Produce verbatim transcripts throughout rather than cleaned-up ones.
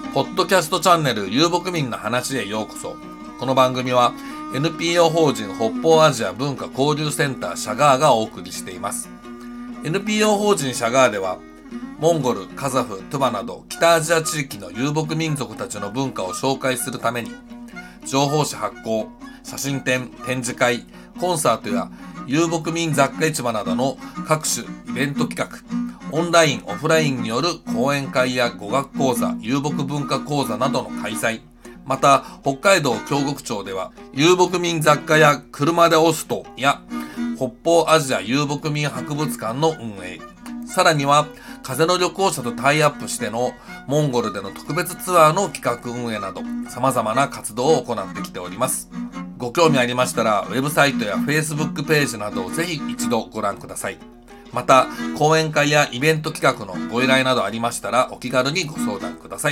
ポッドキャストチャンネル遊牧民の話へようこそ。この番組は エヌピーオー 法人北方アジア文化交流センターシャガーがお送りしています。 エヌピーオー 法人シャガーではモンゴル、カザフ、トゥバなど北アジア地域の遊牧民族たちの文化を紹介するために情報誌発行、写真展、展示会、コンサートや遊牧民雑貨市場などの各種イベント企画、オンライン、オフラインによる講演会や語学講座、遊牧文化講座などの開催、また北海道京極町では遊牧民雑貨や車でオストや北方アジア遊牧民博物館の運営、さらには風の旅行者とタイアップしてのモンゴルでの特別ツアーの企画運営など様々な活動を行ってきております。ご興味ありましたらウェブサイトや Facebook ページなどをぜひ一度ご覧ください。また講演会やイベント企画のご依頼などありましたらお気軽にご相談ください。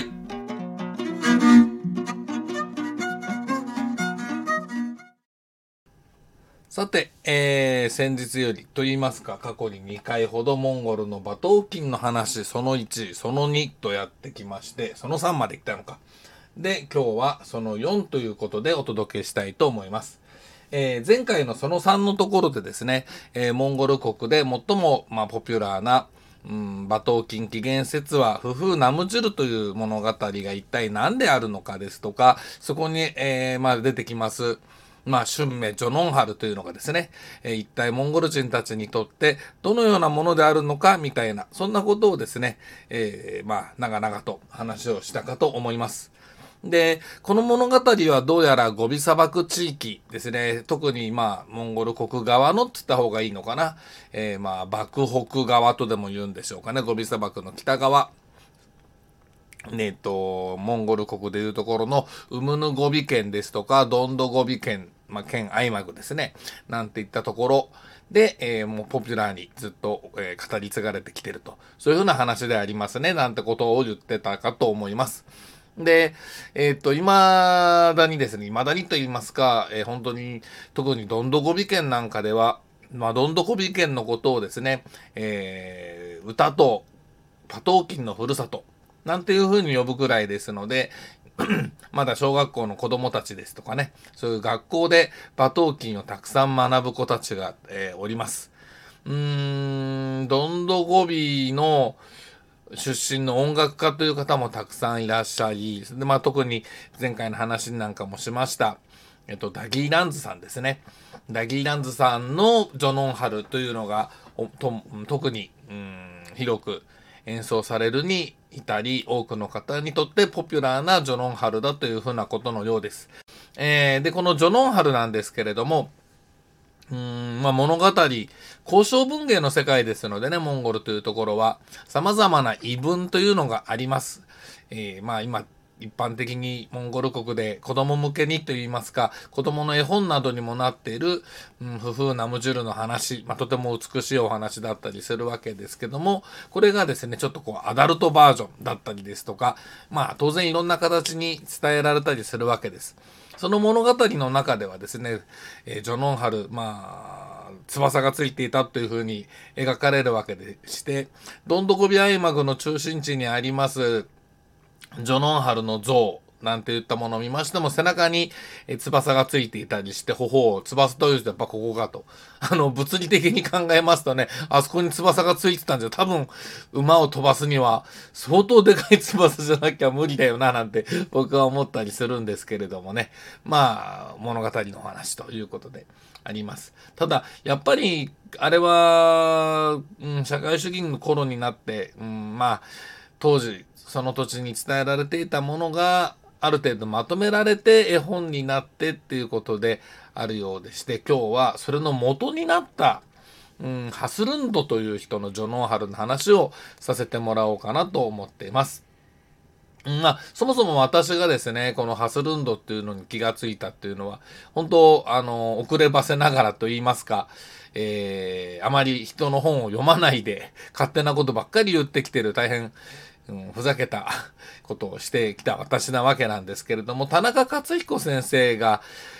さて、えー、先日よりと言いますか過去ににかいほどモンゴルの馬頭琴の話そのいち、そのにとやってきまして、そのさんまでいったのか。で、今日はそのよんということでお届けしたいと思います。えー、前回のそのさんのところでですね、えー、モンゴル国で最も、まあ、ポピュラーな、うん、馬頭琴起源説はフフーナムジュルという物語が一体何であるのかですとか、そこに、えーまあ、出てきますまあ、春明ジョノンハルというのがですね、えー、一体モンゴル人たちにとってどのようなものであるのかみたいな、そんなことをですね、えー、まあ長々と話をしたかと思います。で、この物語はどうやらゴビ砂漠地域ですね、特にまあモンゴル国側のって言った方がいいのかな、えー、まあ幕北側とでも言うんでしょうかね、ゴビ砂漠の北側。えっと、モンゴル国でいうところのウムヌゴビ県ですとか、ドンドゴビ県、まあ、県アイマグですね。なんていったところで、えー、もうポピュラーにずっと、えー、語り継がれてきてると。そういうふうな話でありますね。なんてことを言ってたかと思います。で、えっと、未だにですね、未だにと言いますか、えー、本当に、特にドンドゴビ県なんかでは、まあ、ドンドゴビ県のことをですね、えー、歌と馬頭琴のふるさと、なんていう風に呼ぶくらいですので、まだ小学校の子供たちですとかね、そういう学校で馬頭琴をたくさん学ぶ子たちが、えー、おります。うーん、ドンドゴビの出身の音楽家という方もたくさんいらっしゃり、でまあ、特に前回の話なんかもしました、えっと、ダギーランズさんですね。ダギーランズさんのジョノンハルというのがと特にうん広く演奏されるに至り、多くの方にとってポピュラーなジョノンハルだというふうなことのようです。えー、で、このジョノンハルなんですけれども、うーんまあ、物語、交渉文芸の世界ですのでね、モンゴルというところは様々な異文というのがあります。えー、まあ今一般的にモンゴル国で子供向けにといいますか、子供の絵本などにもなっている、うん、フフーナムジュルの話、まあ、とても美しいお話だったりするわけですけども、これがですね、ちょっとこうアダルトバージョンだったりですとか、まあ当然いろんな形に伝えられたりするわけです。その物語の中ではですね、えー、ジョノンハル、まあ、翼がついていたというふうに描かれるわけでして、ドンドコビアイマグの中心地にありますジョノンハルの像なんていったものを見ましても、背中に翼がついていたりして、頬を翼というとやっぱここかと。あの、物理的に考えますとね、あそこに翼がついてたんじゃ、多分、馬を飛ばすには、相当でかい翼じゃなきゃ無理だよな、なんて僕は思ったりするんですけれどもね。まあ、物語のお話ということであります。ただ、やっぱり、あれは、うん、社会主義の頃になって、うん、まあ、当時、その土地に伝えられていたものがある程度まとめられて絵本になってっていうことであるようでして、今日はそれの元になった、うん、ハスルンドという人のジョノンハルの話をさせてもらおうかなと思っています。まあ、そもそも私がですね、このハスルンドっていうのに気がついたっていうのは、本当、あの、遅ればせながらと言いますか、えー、あまり人の本を読まないで、勝手なことばっかり言ってきてる大変、うん、ふざけたことをしてきた私なわけなんですけれども、田中克彦先生が、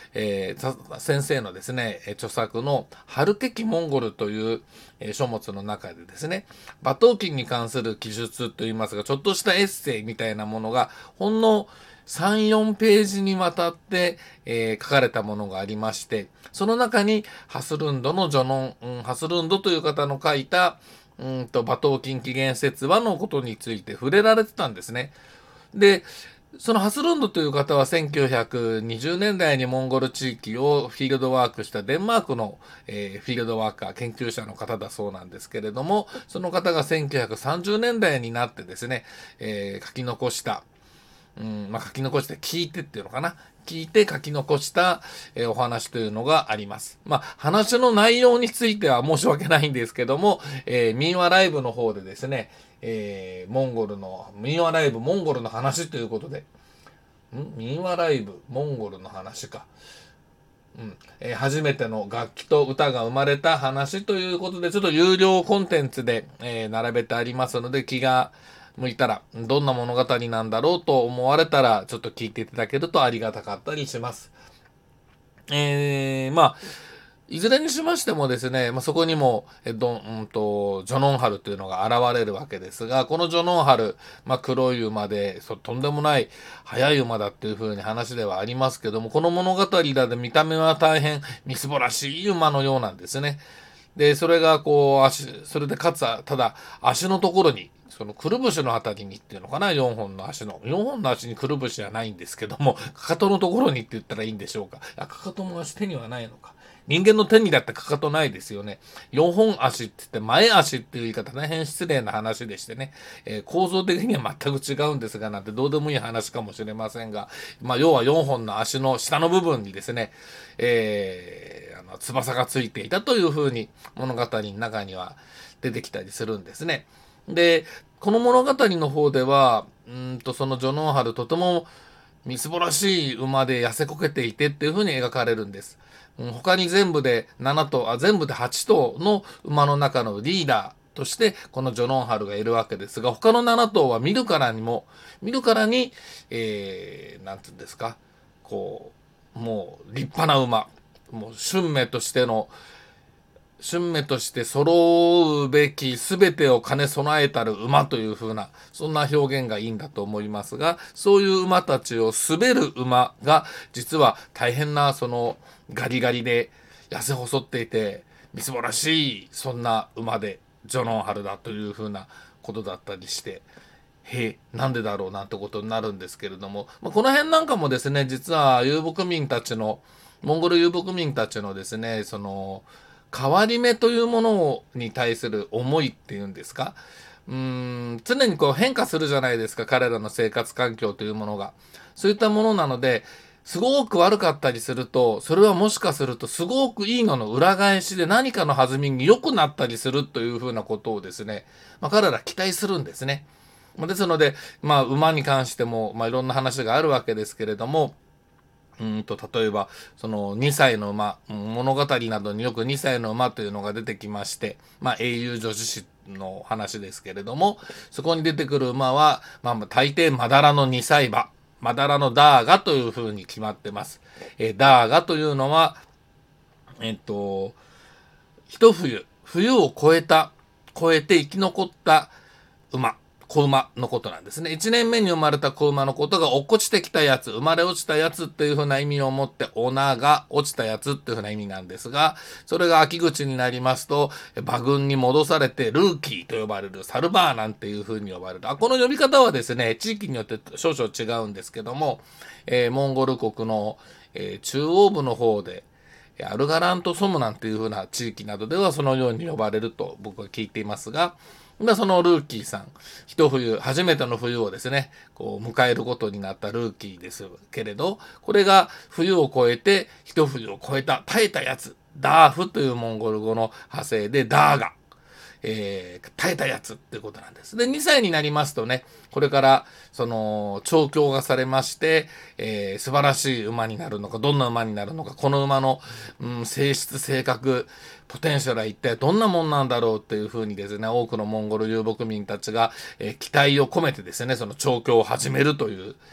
えー、先生のですね、著作の春ケキモンゴルという、えー、書物の中でですね、馬頭琴に関する記述といいますか、ちょっとしたエッセイみたいなものが、ほんのさん、よんページにわたって、えー、書かれたものがありまして、その中にハスルンドの序論、うん、ハスルンドという方の書いた、うんと馬頭琴起源説話のことについて触れられてたんですね。で、そのハスルンドという方はせんきゅうひゃくにじゅうねんだいにモンゴル地域をフィールドワークしたデンマークの、えー、フィールドワーカー、研究者の方だそうなんですけれども、その方がせんきゅうひゃくさんじゅうねんだいになってですね、えー、書き残した、うんまあ、書き残して聞いてっていうのかな。聞いて書き残した、えー、お話というのがあります。まあ、話の内容については申し訳ないんですけども、えー、民話ライブの方でですね、えー、モンゴルの、民話ライブ、モンゴルの話ということで、ん民話ライブ、モンゴルの話か。うんえー、初めての楽器と歌が生まれた話ということで、ちょっと有料コンテンツで、えー、並べてありますので、気が向いたら、どんな物語なんだろうと思われたら、ちょっと聞いていただけるとありがたかったりします。えー、まあ、いずれにしましてもですね、まあ、そこにも、えどんと、ジョノンハルというのが現れるわけですが、このジョノンハル、まあ、黒い馬で、そとんでもない速い馬だっていう風に話ではありますけども、この物語だで見た目は大変みすぼらしい馬のようなんですね。で、それがこう、足、それでかつ、ただ、足のところに、そのくるぶしのあたりにっていうのかな、よんほんの足の。よんほんの足にくるぶしはないんですけども、かかとのところにって言ったらいいんでしょうか。あ、かかとも足手にはないのか。人間の手にだってかかとないですよね。よんほん足って言って前足っていう言い方大変失礼な話でしてね、えー、構造的には全く違うんですがなんてどうでもいい話かもしれませんが、まあ要はよんほんの足の下の部分にですね、えー、あの翼がついていたというふうに物語の中には出てきたりするんですね。で、この物語の方では、うんとそのジョノンハルとてもみすぼらしい馬で痩せこけていてっていうふうに描かれるんです。他に全部でななとう、あ、全部ではちとうの馬の中のリーダーとして、このジョノンハルがいるわけですが、他のななとうは見るからにも、見るからに、えー、なんていうんですか、こう、もう立派な馬、もう春芽としての、春芽として揃うべき全てを兼ね備えたる馬という風な、そんな表現がいいんだと思いますが、そういう馬たちを滑る馬が、実は大変な、その、ガリガリで痩せ細っていて、みすぼらしい、そんな馬で、ジョノンハルだという風なことだったりして、へえ、なんでだろうなんてことになるんですけれども、まあ、この辺なんかもですね、実は遊牧民たちの、モンゴル遊牧民たちのですね、その、変わり目というものに対する思いっていうんですか、うーん、常にこう変化するじゃないですか、彼らの生活環境というものが。そういったものなので、すごく悪かったりすると、それはもしかするとすごくいいのの裏返しで何かの弾みに良くなったりするというふうなことをですね、まあ、彼ら期待するんですね。ですので、まあ、馬に関しても、まあ、いろんな話があるわけですけれども、うんと、例えば、そのにさいの馬、物語などによくにさいの馬というのが出てきまして、まあ、英雄女子誌の話ですけれども、そこに出てくる馬は、まあ、大抵まだらのにさい馬、まだらのダーガというふうに決まってます。えー、ダーガというのは、えっと、一冬、冬を越えた、越えて生き残った馬。子馬のことなんですね。いちねんめに生まれた子馬のことが落っこちてきたやつ、生まれ落ちたやつっていう風な意味を持って、オナが落ちたやつっていう風な意味なんですが、それが秋口になりますと、馬群に戻されてルーキーと呼ばれる、サルバーなんていう風に呼ばれる。あ、この呼び方はですね、地域によって少々違うんですけども、えー、モンゴル国の、えー、中央部の方で、アルガラントソムなんていう風な地域などではそのように呼ばれると僕は聞いていますが、まあ、そのルーキーさん、一冬、初めての冬をですね、こう迎えることになったルーキーですけれど、これが冬を越えて、一冬を越えた、耐えたやつ、ダーフというモンゴル語の派生でダーガ。えー、耐えたやつっていうことなんです。で、にさいになりますとね、これから、その、調教がされまして、えー、素晴らしい馬になるのか、どんな馬になるのか、この馬の、うん、性質、性格、ポテンシャルは一体どんなもんなんだろうっていうふうにですね、多くのモンゴル遊牧民たちが、えー、期待を込めてですね、その調教を始めるという、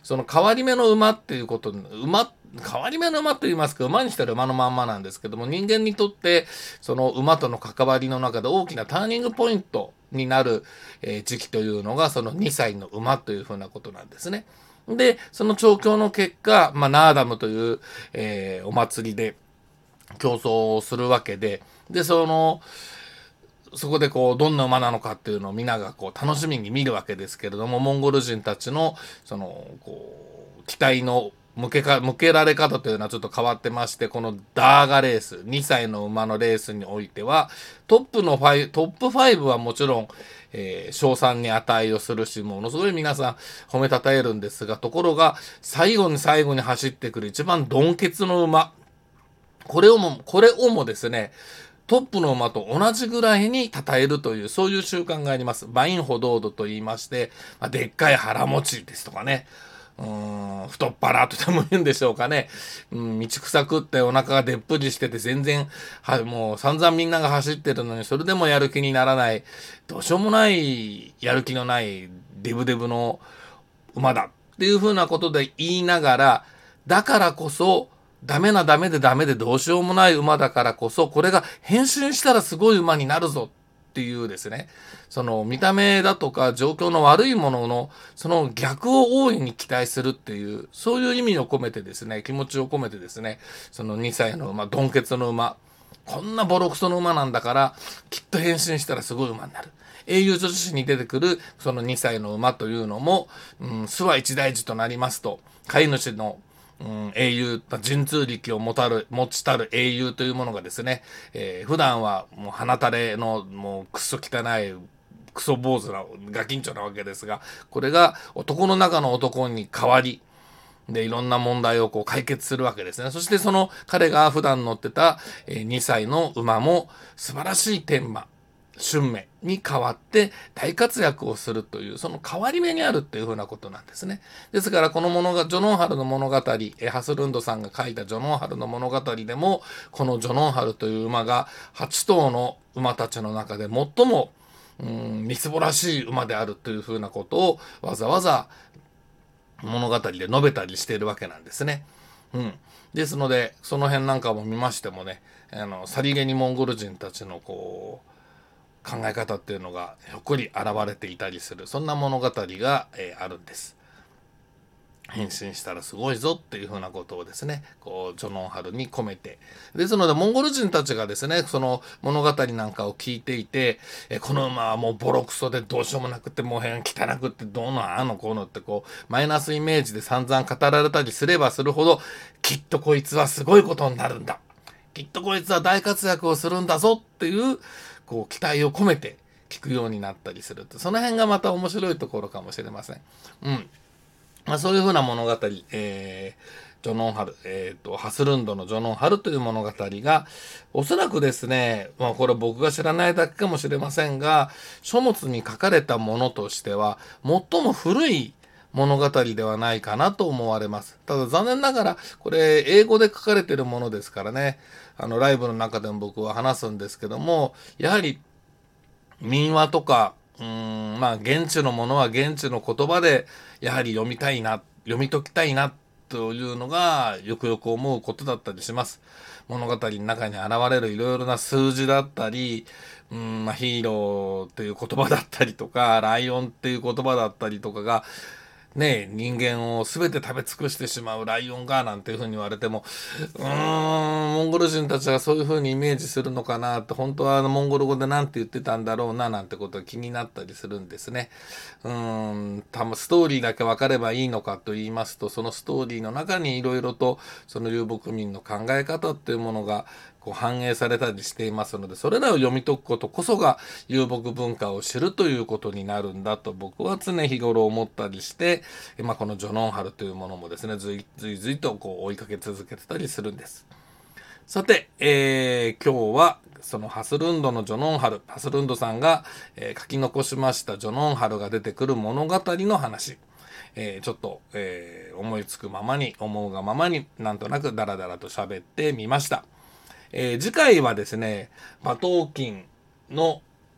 その変わり目の馬っていうこと、馬、変わり目の馬と言いますか、馬にしたら馬のまんまなんですけども、人間にとって、その馬との関わりの中で大きなターニングポイントになる、えー、時期というのが、そのにさいの馬というふうなことなんですね。で、その調教の結果、まあ、ナーダムという、えー、お祭りで競争をするわけで、で、その、そこでこうどんな馬なのかっていうのをみんながこう楽しみに見るわけですけれども、モンゴル人たちのそのこう期待の向けか向けられ方というのはちょっと変わってまして、このダーガレース、にさいの馬のレースにおいてはトップのファイトップファイブはもちろん、えー、賞賛に値をするし、ものすごい皆さん褒めたたえるんですが、ところが最後に最後に走ってくる一番ドンケツの馬、これをもこれをもですね、トップの馬と同じぐらいに称えるという、そういう習慣があります。バインホドードと言いまして、まあ、でっかい腹持ちですとかね、うーん、太っ腹とでも言うんでしょうかね。うん、道草食ってお腹がでっぷりしてて全然、は、もう散々みんなが走ってるのに、それでもやる気にならない、どうしようもないやる気のないデブデブの馬だっていうふうなことで言いながら、だからこそ、ダメなダメでダメでどうしようもない馬だからこそ、これが変身したらすごい馬になるぞっていうですね、その見た目だとか状況の悪いものの、その逆を大いに期待するっていう、そういう意味を込めてですね、気持ちを込めてですね、そのにさいの馬、ドンケツの馬、こんなボロクソの馬なんだから、きっと変身したらすごい馬になる。英雄女子誌に出てくるそのにさいの馬というのも、うん、諏訪一大事となりますと、飼い主のうん、英雄、神通力を持たる、持ちたる英雄というものがですね、えー、普段はもう鼻垂れのもうクソ汚い、クソ坊主なガキンチョなわけですが、これが男の中の男に変わり、で、いろんな問題をこう解決するわけですね。そしてその彼が普段乗ってた、えー、にさいの馬も素晴らしい天馬、春目に変わって大活躍をするという、その変わり目にあるっていうふうなことなんですね。ですからこの物が、ジョノンハルの物語、えハスルンドさんが書いたジョノンハルの物語でも、このジョノンハルという馬がはちとうの馬たちの中で最もうん、みすぼらしい馬であるというふうなことをわざわざ物語で述べたりしているわけなんですね。うん。ですので、その辺なんかも見ましてもね、あの、さりげにモンゴル人たちのこう、考え方っていうのがひょっこり現れていたりする、そんな物語が、えー、あるんです。変身したらすごいぞっていうふうなことをですね、こうジョノンハルに込めて、ですのでモンゴル人たちがですね、その物語なんかを聞いていて、えこの馬はもうボロクソでどうしようもなくて、もう変汚くってどうのあのこうのってこうマイナスイメージで散々語られたりすればするほど、きっとこいつはすごいことになるんだ、きっとこいつは大活躍をするんだぞっていうこう期待を込めて聞くようになったりするって、その辺がまた面白いところかもしれません。うん。まあ、そういうふうな物語、えー、ジョノンハル、えっ、ー、と、ハスルンドのジョノンハルという物語が、おそらくですね、まあこれ僕が知らないだけかもしれませんが、書物に書かれたものとしては、最も古い物語ではないかなと思われます。ただ残念ながら、これ英語で書かれているものですからね、あのライブの中でも僕は話すんですけども、やはり民話とか、うーん、まあ現地のものは現地の言葉でやはり読みたいな、読み解きたいなというのがよくよく思うことだったりします。物語の中に現れるいろいろな数字だったり、うん、まあ、ヒーローっていう言葉だったりとか、ライオンっていう言葉だったりとかが、ね、人間を全て食べ尽くしてしまうライオンがなんていうふうに言われても、うーん、モンゴル人たちがそういうふうにイメージするのかなって、本当はあのモンゴル語で何て言ってたんだろうななんてことが気になったりするんですね。うーん、多分ストーリーだけ分かればいいのかと言いますと、そのストーリーの中にいろいろとその遊牧民の考え方っていうものがこう反映されたりしていますので、それらを読み解くことこそが遊牧文化を知るということになるんだと僕は常日頃思ったりして、まあ、このジョノンハルというものもですね、ずいずいずいとこう追いかけ続けてたりするんです。さて、えー、今日はそのハスルンドのジョノンハル、ハスルンドさんが、えー、書き残しましたジョノンハルが出てくる物語の話、えー、ちょっと、えー、思いつくままに思うがままになんとなくダラダラと喋ってみました。えー、次回はですね、馬頭琴の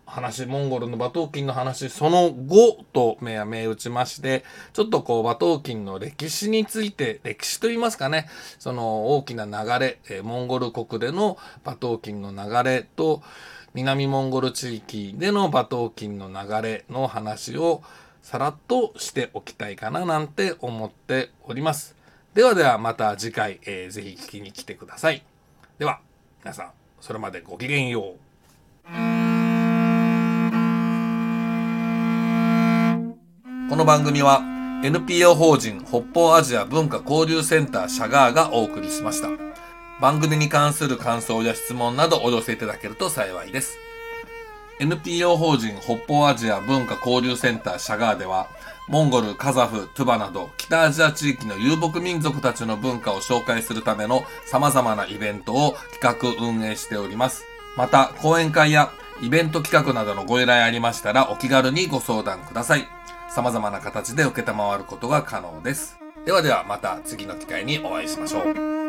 話、モンゴルの馬頭琴の話、その後と銘打ちまして、ちょっとこう馬頭琴の歴史について、歴史といいますかね、その大きな流れ、えー、モンゴル国での馬頭琴の流れと、南モンゴル地域での馬頭琴の流れの話をさらっとしておきたいかななんて思っております。ではではまた次回、えー、ぜひ聞きに来てください。では皆さん、それまでごきげんよう。この番組は エヌピーオー 法人北方アジア文化交流センターシャガーがお送りしました。番組に関する感想や質問などお寄せいただけると幸いです。エヌピーオー 法人北方アジア文化交流センターシャガーでは、モンゴル、カザフ、トゥバなど北アジア地域の遊牧民族たちの文化を紹介するための様々なイベントを企画運営しております。また、講演会やイベント企画などのご依頼ありましたらお気軽にご相談ください。様々な形で受けたまわることが可能です。ではではまた次の機会にお会いしましょう。